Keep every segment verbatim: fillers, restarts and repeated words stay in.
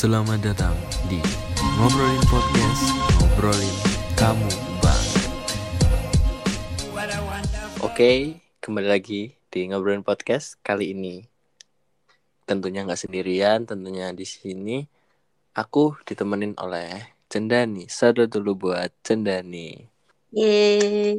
Selamat datang di Ngobrolin Podcast, Ngobrolin Kamu Bang. Oke, kembali lagi di Ngobrolin Podcast. Kali ini tentunya nggak sendirian, tentunya di sini aku ditemenin oleh Cendani. Sadu dulu buat Cendani. Yeay.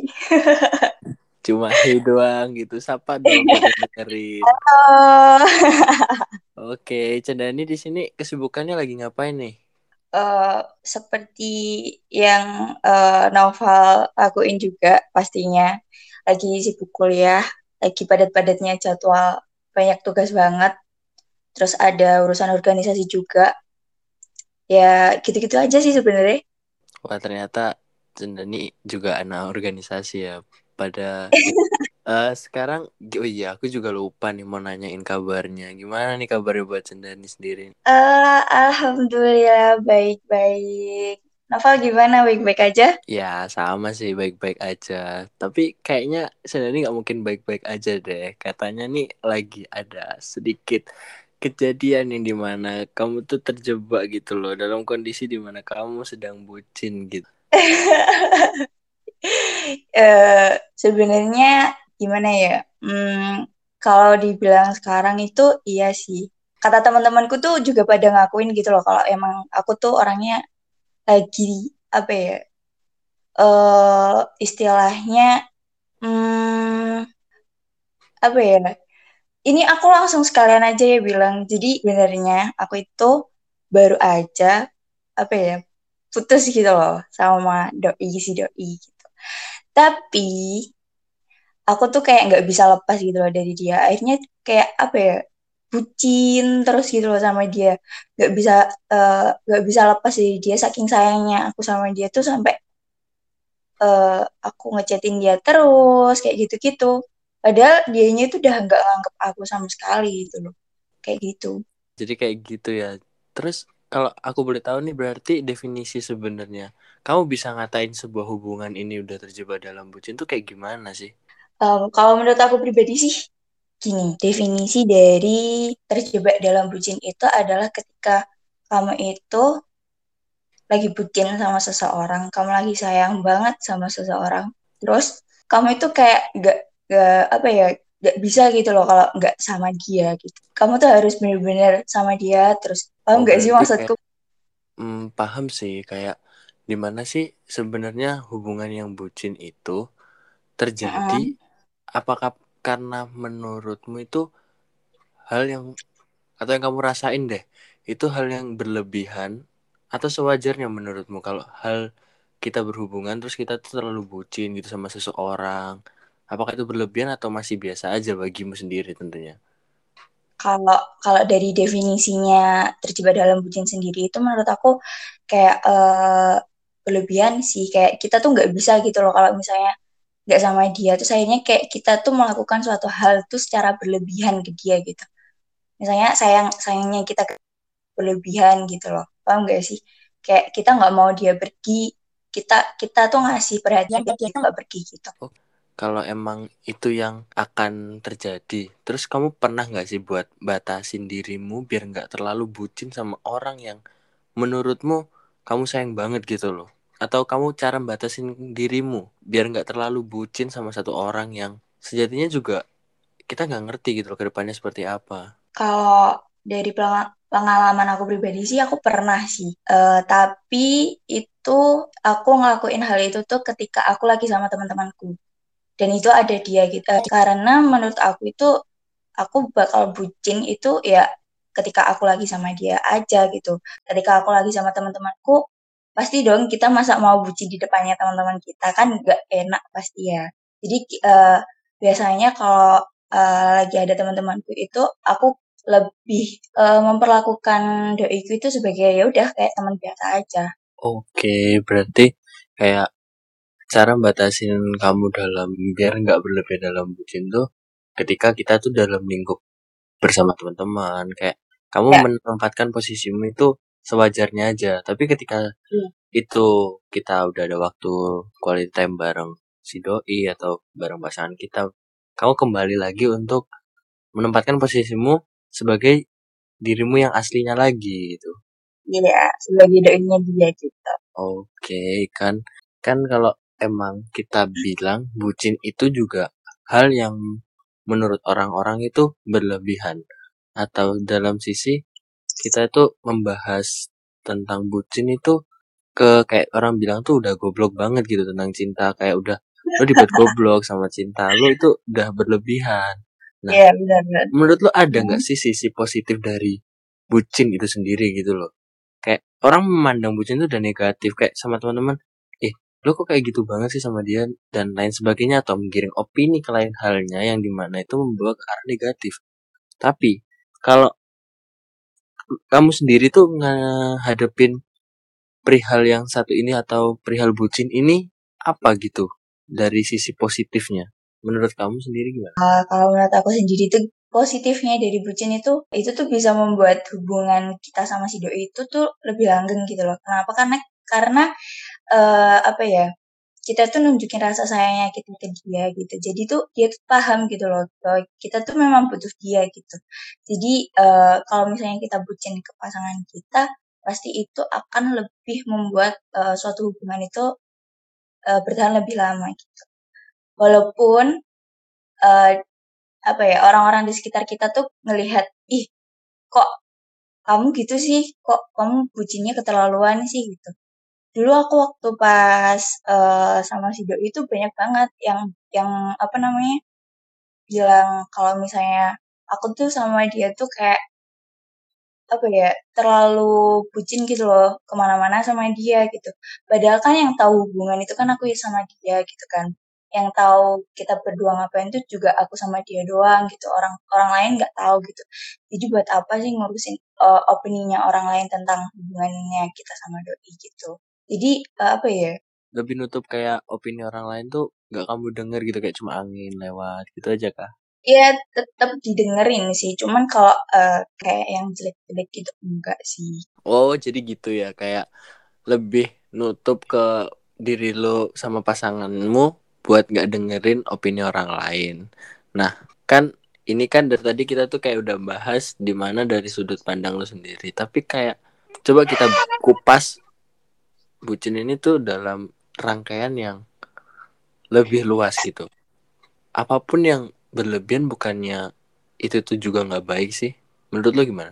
Cuma hey doang gitu, sapa dong biar dengerin. Oh. Oke, Cendani di sini kesibukannya lagi ngapain nih? Uh, seperti yang uh, novel lakuin juga pastinya lagi sibuk kuliah, lagi padat-padatnya jadwal, banyak tugas banget, terus ada urusan organisasi juga, ya gitu-gitu aja sih sebenarnya. Wah, ternyata Cendani juga anak organisasi ya. Pada uh, sekarang, oh iya aku juga lupa nih mau nanyain kabarnya. Gimana nih kabarnya buat Cendani sendiri? Uh, Alhamdulillah baik-baik. Novel gimana, baik-baik aja? Ya sama sih, baik-baik aja. Tapi kayaknya Sendiri nggak mungkin baik-baik aja deh. Katanya nih lagi ada sedikit kejadian yang dimana kamu tuh terjebak gitu loh, dalam kondisi dimana kamu sedang bucin gitu. Eh, sebenarnya gimana ya? Hmm, kalau dibilang sekarang itu iya sih. Kata teman-temanku tuh juga pada ngakuin gitu loh kalau emang aku tuh orangnya lagi apa ya? Eh istilahnya hmm, apa ya? Ini aku langsung sekalian aja ya bilang. Jadi benernya aku itu baru aja apa ya? Putus gitu loh sama doi si doi gitu. Tapi aku tuh kayak nggak bisa lepas gitu loh dari dia. Akhirnya kayak apa ya, bucin terus gitu loh sama dia. Nggak bisa eh, nggak bisa lepas dari dia saking sayangnya aku sama dia tuh sampai eh, aku ngechatin dia terus kayak gitu-gitu. Padahal dianya itu udah nggak nganggep aku sama sekali gitu loh. Kayak gitu. Jadi kayak gitu ya. Terus kalau aku boleh tahu nih, berarti definisi sebenarnya kamu bisa ngatain sebuah hubungan ini udah terjebak dalam bucin tuh kayak gimana sih? Em, kalau menurut aku pribadi sih gini, definisi dari terjebak dalam bucin itu adalah ketika kamu itu lagi bucin sama seseorang, kamu lagi sayang banget sama seseorang, terus kamu itu kayak gak, gak apa ya, gak bisa gitu loh kalau nggak sama dia gitu. Kamu tuh harus bener-bener sama dia terus. Paham Oh nggak sih berarti maksudku? kayak hmm, paham sih, kayak dimana sih sebenarnya hubungan yang bucin itu terjadi. Mm-mm. Apakah karena menurutmu itu hal yang, atau yang kamu rasain deh, itu hal yang berlebihan atau sewajarnya menurutmu kalau hal kita berhubungan terus kita tuh terlalu bucin gitu sama seseorang? Apakah itu berlebihan atau masih biasa aja bagimu sendiri tentunya? Kalau kalau dari definisinya terjebak dalam bucin sendiri itu menurut aku kayak eh, berlebihan sih, kayak kita tuh nggak bisa gitu loh kalau misalnya nggak sama dia tuh akhirnya kayak kita tuh melakukan suatu hal tuh secara berlebihan ke dia gitu. Misalnya sayang sayangnya kita berlebihan gitu loh, paham gak sih? Kayak kita nggak mau dia pergi, kita kita tuh ngasih perhatian ke dia tuh nggak pergi gitu. Oh, kalau emang itu yang akan terjadi, terus kamu pernah nggak sih buat batasin dirimu biar nggak terlalu bucin sama orang yang menurutmu kamu sayang banget gitu loh? Atau kamu cara batasin dirimu biar nggak terlalu bucin sama satu orang yang sejatinya juga kita nggak ngerti gitu loh ke depannya seperti apa? Kalau dari pela- pengalaman aku pribadi sih aku pernah sih. Eh, tapi itu aku ngelakuin hal itu tuh ketika aku lagi sama teman-temanku. Dan itu ada dia gitu. Eh, karena menurut aku itu aku bakal bucin itu ya ketika aku lagi sama dia aja gitu. Ketika aku lagi sama teman-temanku, pasti dong kita masa mau bucin di depannya teman-teman kita kan nggak enak pasti ya. Jadi eh, biasanya kalau eh, lagi ada teman-temanku itu aku lebih eh, memperlakukan doiku itu sebagai ya udah kayak teman biasa aja. Oke, berarti kayak cara batasin kamu dalam biar nggak berlebih dalam bucin tuh ketika kita tuh dalam lingkup bersama teman-teman, kayak kamu Ya. menempatkan posisimu itu sewajarnya aja. Tapi ketika Iya. itu kita udah ada waktu quality time bareng si doi atau bareng pasangan kita, kamu kembali lagi untuk menempatkan posisimu sebagai dirimu yang aslinya lagi gitu. Iya, sebagai doinya dia gitu. Oke, kan kan kalau emang kita bilang bucin itu juga hal yang menurut orang-orang itu berlebihan, atau dalam sisi kita itu membahas tentang bucin itu ke kayak orang bilang tuh udah goblok banget gitu tentang cinta, kayak udah lo dibuat goblok sama cinta lo, itu udah berlebihan. Nah, Iya, benar-benar. menurut lo ada nggak Hmm. sih sisi positif dari bucin itu sendiri gitu loh? Kayak orang memandang bucin itu udah negatif, kayak sama teman-teman, eh lo kok kayak gitu banget sih sama dia dan lain sebagainya, atau menggiring opini ke lain halnya yang dimana itu membawa ke arah negatif. Tapi kalau kamu sendiri tuh ngehadepin perihal yang satu ini atau perihal bucin ini apa gitu dari sisi positifnya, menurut kamu sendiri gimana? Uh, kalau menurut aku sendiri tuh positifnya dari bucin itu itu tuh bisa membuat hubungan kita sama si doi itu tuh lebih langgeng gitu loh. Kenapa? Karena karena uh, apa ya, kita tuh nunjukin rasa sayangnya kita ke dia gitu. Jadi tuh dia tuh paham gitu loh bahwa kita tuh memang butuh dia gitu. Jadi uh, kalau misalnya kita bucin ke pasangan kita, pasti itu akan lebih membuat uh, suatu hubungan itu uh, bertahan lebih lama gitu. Walaupun uh, apa ya, orang-orang di sekitar kita tuh ngelihat, ih kok kamu gitu sih, kok kamu bucinnya keterlaluan sih gitu. Dulu aku waktu pas uh, sama si doi itu banyak banget yang yang apa namanya bilang kalau misalnya aku tuh sama dia tuh kayak apa ya, terlalu bucin gitu loh kemana-mana sama dia gitu. Padahal kan yang tahu hubungan itu kan aku ya sama dia gitu kan. Yang tahu kita berdua ngapain tuh juga aku sama dia doang gitu. Orang orang lain nggak tahu gitu. Jadi buat apa sih ngurusin uh, opininya orang lain tentang hubungannya kita sama doi gitu. Jadi uh, apa ya? Lebih nutup kayak opini orang lain tuh nggak kamu denger gitu, kayak cuma angin lewat gitu aja kah? Ya tetap didengerin sih. Cuman kalau uh, kayak yang jelek-jelek gitu enggak sih. Oh jadi gitu ya, kayak lebih nutup ke diri lo sama pasanganmu buat nggak dengerin opini orang lain. Nah kan ini kan dari tadi kita tuh kayak udah bahas di mana dari sudut pandang lo sendiri, tapi kayak coba kita kupas bucin ini tuh dalam rangkaian yang lebih luas gitu. Apapun yang berlebihan bukannya itu tuh juga nggak baik sih? Menurut lo gimana?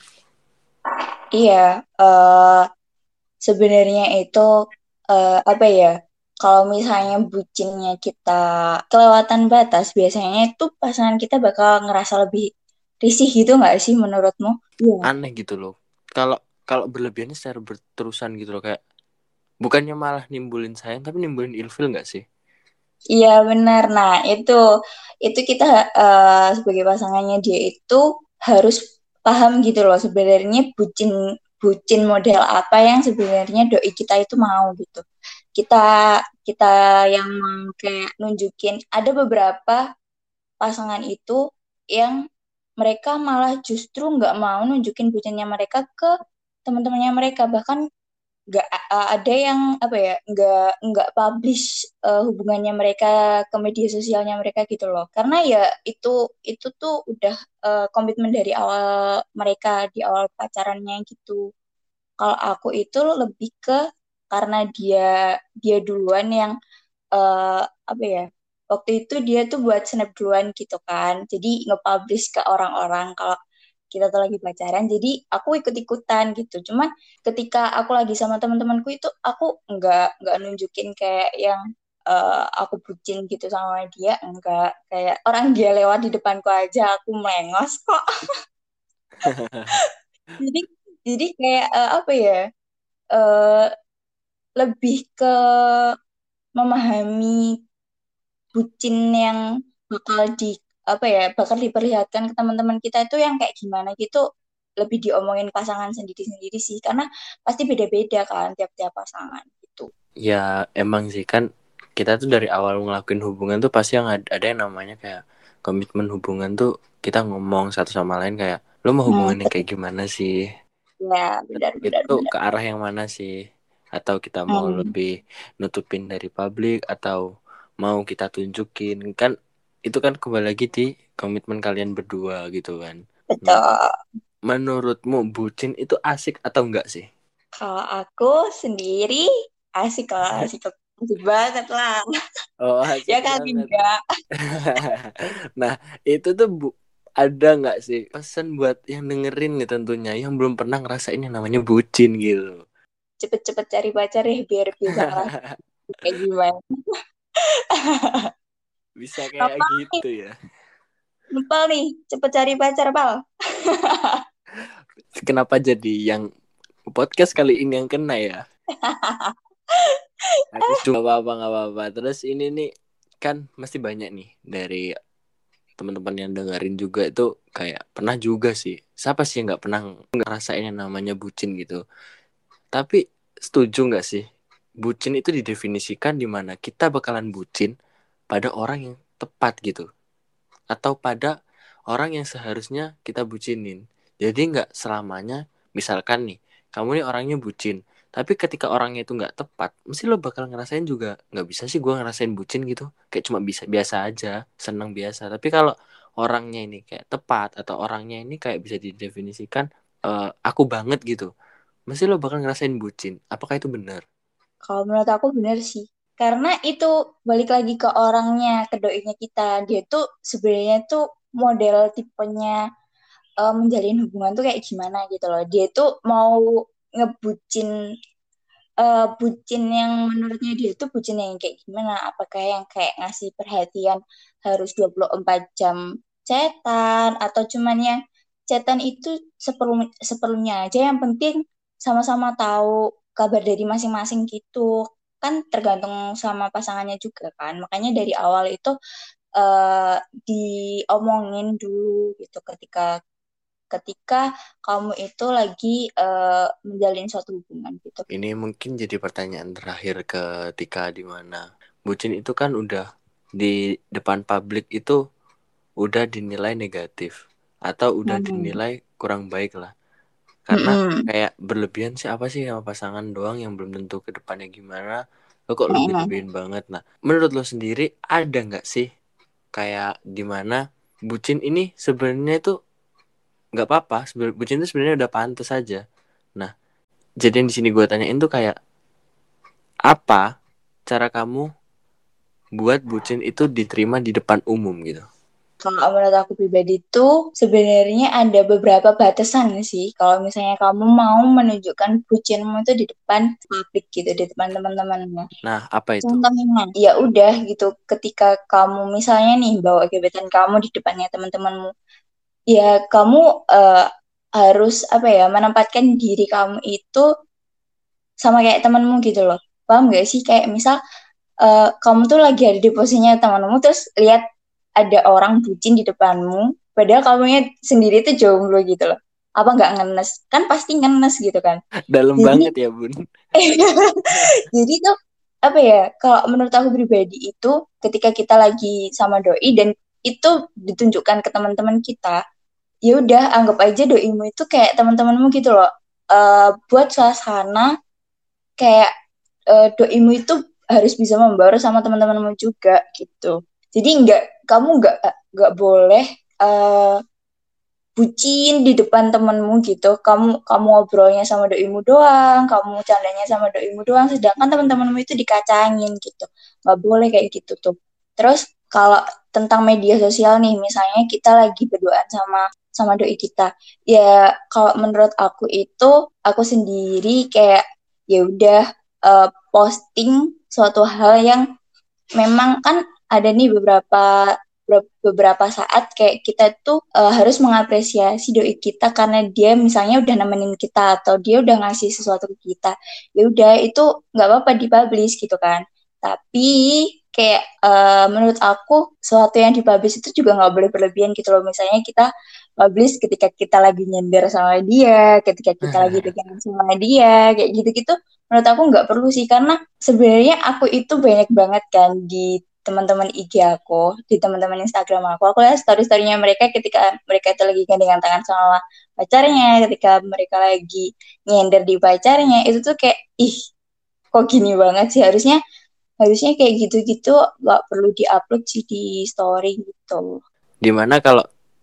Iya, uh, sebenarnya itu uh, apa ya? Kalau misalnya bucinnya kita kelewatan batas, biasanya itu pasangan kita bakal ngerasa lebih risih gitu nggak sih menurutmu? Iya. Aneh gitu loh. Kalau kalau berlebihannya secara berterusan gitu loh, kayak bukannya malah nimbulin sayang tapi nimbulin ilfil nggak sih? Iya benar. Nah itu itu kita uh, sebagai pasangannya dia itu harus paham gitu loh sebenarnya bucin bucin model apa yang sebenarnya doi kita itu mau gitu. Kita kita yang mau kayak nunjukin ada beberapa pasangan itu yang mereka malah justru nggak mau nunjukin bucinnya mereka ke teman-temannya mereka, bahkan nggak uh, ada yang apa ya nggak nggak publish uh, hubungannya mereka ke media sosialnya mereka gitu loh, karena ya itu itu tuh udah uh, komitmen dari awal mereka di awal pacarannya gitu. Kalau aku itu lebih ke karena dia dia duluan yang uh, apa ya, waktu itu dia tuh buat snap duluan gitu kan, jadi nge-publish ke orang-orang kalau kita tuh lagi pacaran, jadi aku ikut-ikutan gitu. Cuman ketika aku lagi sama teman-temanku itu aku nggak nggak nunjukin kayak yang uh, aku bucin gitu sama dia, enggak, kayak orang dia lewat di depanku aja aku melengos kok. jadi jadi kayak uh, apa ya, uh, lebih ke memahami bucin yang bakal di apa ya bakal diperlihatkan ke teman-teman kita itu yang kayak gimana gitu, lebih diomongin pasangan sendiri-sendiri sih, karena pasti beda-beda kan tiap-tiap pasangan gitu. Ya emang sih kan kita tuh dari awal ngelakuin hubungan tuh pasti yang ada, ada yang namanya kayak komitmen hubungan tuh, kita ngomong satu sama lain kayak lo mau Hmm, hubungannya kayak gimana sih? ya benar benar Itu benar. ke arah yang mana sih? Atau kita mau Hmm, lebih nutupin dari publik atau mau kita tunjukin, kan itu kan kembali lagi di komitmen kalian berdua gitu kan. Nah betul. menurutmu bucin itu asik atau enggak sih? Kalau aku sendiri asik lah, asik, asik banget lah. Oh, asik Ya kali banget. enggak. Nah, itu tuh bu, ada nggak sih pesan buat yang dengerin nih tentunya yang belum pernah ngerasain yang namanya bucin gitu. Cepet-cepet cari pacar ya biar bisa ngerasain kayak gimana. Bisa kayak Nopal nih, gitu ya. Nopal nih, cepet cari pacar, Pal. Kenapa jadi yang podcast kali ini yang kena ya? Aku cuma apa-apa nggak apa-apa. Terus ini nih kan masih banyak nih dari teman-teman yang dengerin juga itu kayak pernah juga sih. Siapa sih yang nggak pernah ngerasain yang namanya bucin gitu? Tapi setuju nggak sih? Bucin itu didefinisikan di mana kita bakalan bucin pada orang yang tepat gitu, atau pada orang yang seharusnya kita bucinin. Jadi nggak selamanya, misalkan nih, kamu nih orangnya bucin, tapi ketika orangnya itu nggak tepat, mesti lo bakal ngerasain juga, nggak bisa sih gue ngerasain bucin gitu, kayak cuma bisa biasa aja, seneng biasa. Tapi kalau orangnya ini kayak tepat, atau orangnya ini kayak bisa didefinisikan uh, aku banget gitu, mesti lo bakal ngerasain bucin. Apakah itu benar? Kalau menurut aku bener sih. Karena itu balik lagi ke orangnya, ke doinya kita. Dia tuh sebenarnya tuh model tipenya eh, menjalin hubungan tuh kayak gimana gitu loh. Dia tuh mau ngebucin eh, bucin yang menurutnya dia tuh bucin yang kayak gimana? Apakah yang kayak ngasih perhatian harus dua puluh empat jam chatan atau cuman yang chatan itu seperlu seperlunya aja yang penting sama-sama tahu kabar dari masing-masing gitu. Kan tergantung sama pasangannya juga kan. Makanya dari awal itu eh, diomongin dulu gitu ketika ketika kamu itu lagi eh, menjalin suatu hubungan gitu. Ini mungkin jadi pertanyaan terakhir ketika dimana bucin itu kan udah di depan publik itu udah dinilai negatif atau udah Hmm. dinilai kurang baik lah. Karena Mm-mm. kayak berlebihan sih apa sih sama pasangan doang yang belum tentu ke depannya gimana. Lo kok Mm-mm. lebih-lebihin banget. Nah, menurut lo sendiri ada nggak sih kayak dimana bucin ini sebenarnya itu nggak apa-apa. Seben- Bucin itu sebenarnya udah pantas aja. Nah, jadi yang di sini gue tanyain tuh kayak apa cara kamu buat bucin itu diterima di depan umum gitu. Kalau menurut aku pribadi tuh sebenarnya ada beberapa batasan sih. Kalau misalnya kamu mau menunjukkan bucinmu itu di depan publik gitu, di depan teman-temanmu. Nah, apa itu? Contohnya, ya udah gitu. Ketika kamu misalnya nih bawa gebetan kamu di depannya teman-temanmu, ya kamu eh, harus apa ya menempatkan diri kamu itu sama kayak temanmu gitu loh. Paham gak sih? Kayak misal eh, kamu tuh lagi ada di posisinya temanmu terus lihat ada orang bucin di depanmu padahal kamunya sendiri tuh jomblo gitu loh, apa nggak ngenes kan, pasti ngenes gitu kan. Dalam Jadi banget ya, Bun. jadi tuh apa ya, kalau menurut aku pribadi itu ketika kita lagi sama doi dan itu ditunjukkan ke teman-teman kita, ya udah anggap aja doimu itu kayak teman-temanmu gitu loh. Eh, buat suasana kayak eh, doimu itu harus bisa membaur sama teman-temanmu juga gitu. Jadi nggak, kamu nggak nggak boleh eh, bucin di depan temenmu gitu. Kamu kamu ngobrolnya sama doimu doang, kamu candanya sama doimu doang, sedangkan teman-temanmu itu dikacangin gitu. Nggak boleh kayak gitu tuh. Terus kalau tentang media sosial nih, misalnya kita lagi berduaan sama sama doi kita, ya kalau menurut aku itu aku sendiri kayak ya udah eh, posting suatu hal yang memang kan ada nih beberapa beberapa saat kayak kita tuh eh, harus mengapresiasi doi kita karena dia misalnya udah nemenin kita atau dia udah ngasih sesuatu ke kita. Ya udah itu nggak apa-apa dipublish gitu kan. Tapi kayak eh, menurut aku sesuatu yang dipublish itu juga nggak boleh berlebihan gitu loh. Misalnya kita publish ketika kita lagi nyender sama dia, ketika kita lagi pegangan sama dia, kayak gitu-gitu. Menurut aku nggak perlu sih karena sebenarnya aku itu banyak banget kan di teman-teman I G aku, di teman-teman Instagram aku. Aku lihat story-storynya mereka ketika mereka itu lagi gandengan tangan sama pacarnya, ketika mereka lagi nyender di pacarnya, itu tuh kayak, ih, kok gini banget sih? Harusnya harusnya kayak gitu-gitu nggak perlu diupload sih di story gitu. Dimana kalau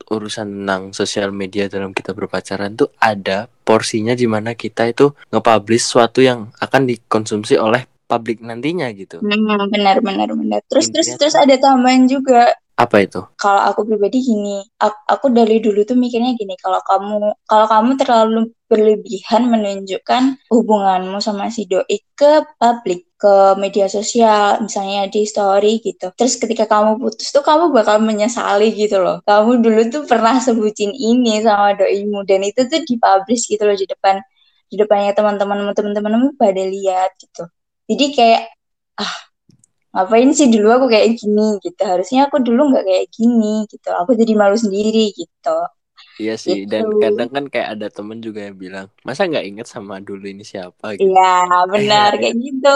urusan tentang sosial media dalam kita berpacaran tuh ada porsinya di mana kita itu nge-publish sesuatu yang akan dikonsumsi oleh publik nantinya gitu. Hmm, benar benar benar. Terus terus Intinya terus tuh ada tambahan juga. apa itu? Kalau aku pribadi gini, aku, aku dari dulu tuh mikirnya gini, kalau kamu kalau kamu terlalu berlebihan menunjukkan hubunganmu sama si doi ke publik, ke media sosial, misalnya di story gitu. Terus ketika kamu putus tuh kamu bakal menyesali gitu loh. Kamu dulu tuh pernah sebutin ini sama doimu dan itu tuh dipublish gitu loh di depan di depannya teman-temanmu, teman-temanmu pada lihat gitu. Jadi kayak ah ngapain sih dulu aku kayak gini gitu, harusnya aku dulu nggak kayak gini gitu, aku jadi malu sendiri gitu Iya sih, gitu. dan kadang kan kayak ada temen juga yang bilang, masa nggak inget sama dulu ini siapa gitu. Iya benar kayak gitu.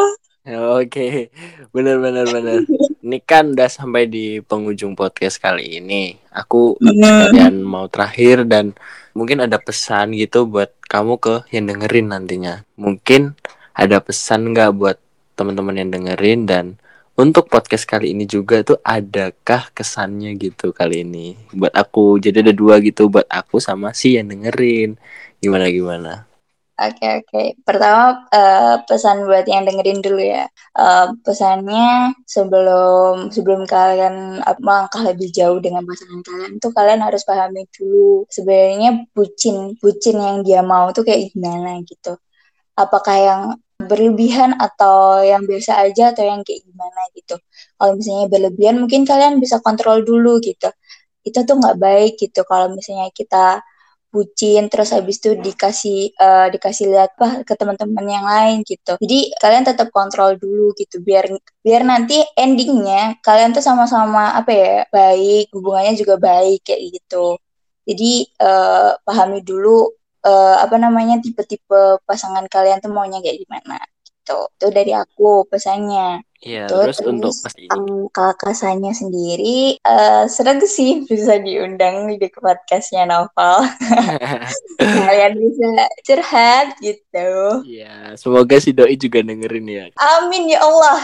Oke, bener bener bener. Ini kan udah sampai di penghujung podcast kali ini. Aku Hmm. sekalian mau terakhir dan mungkin ada pesan gitu buat kamu ke yang dengerin nantinya. Mungkin ada pesan nggak buat teman-teman yang dengerin, dan untuk podcast kali ini juga tuh adakah kesannya gitu kali ini buat aku. Jadi ada dua gitu, buat aku sama si yang dengerin. Gimana gimana? Oke oke. Pertama eh, pesan buat yang dengerin dulu ya. Eh, pesannya sebelum sebelum kalian eh, melangkah lebih jauh dengan pasangan kalian tuh kalian harus pahami dulu sebenarnya bucin bucin yang dia mau tuh kayak gimana gitu. Apakah yang berlebihan atau yang biasa aja atau yang kayak gimana gitu. Kalau misalnya berlebihan mungkin kalian bisa kontrol dulu gitu. Itu tuh nggak baik gitu kalau misalnya kita bucin terus habis itu dikasih uh, dikasih lihat apa ke teman-teman yang lain gitu. Jadi kalian tetap kontrol dulu gitu biar biar nanti endingnya kalian tuh sama-sama apa ya baik, hubungannya juga baik kayak gitu. Jadi uh, pahami dulu uh, apa namanya tipe-tipe pasangan kalian tuh maunya kayak gimana gitu. Itu dari aku pesannya. Iya, Itu terus untuk terus pas ini. um, kakak sendiri uh, seneng sih bisa diundang di podcastnya Novel. Kalian bisa curhat gitu. Iya, semoga si doi juga dengerin ya. Amin ya Allah.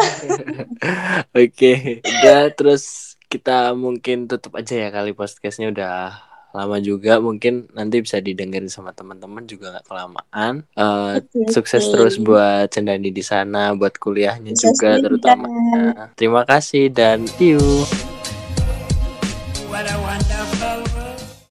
Oke, udah, terus kita mungkin tutup aja ya kali podcastnya, udah lama juga, mungkin nanti bisa didengerin sama teman-teman juga nggak kelamaan. Uh, Oke, sukses oke. terus buat Cendani di sana, buat kuliahnya Sukses juga juga. terutama. Terima kasih dan see you.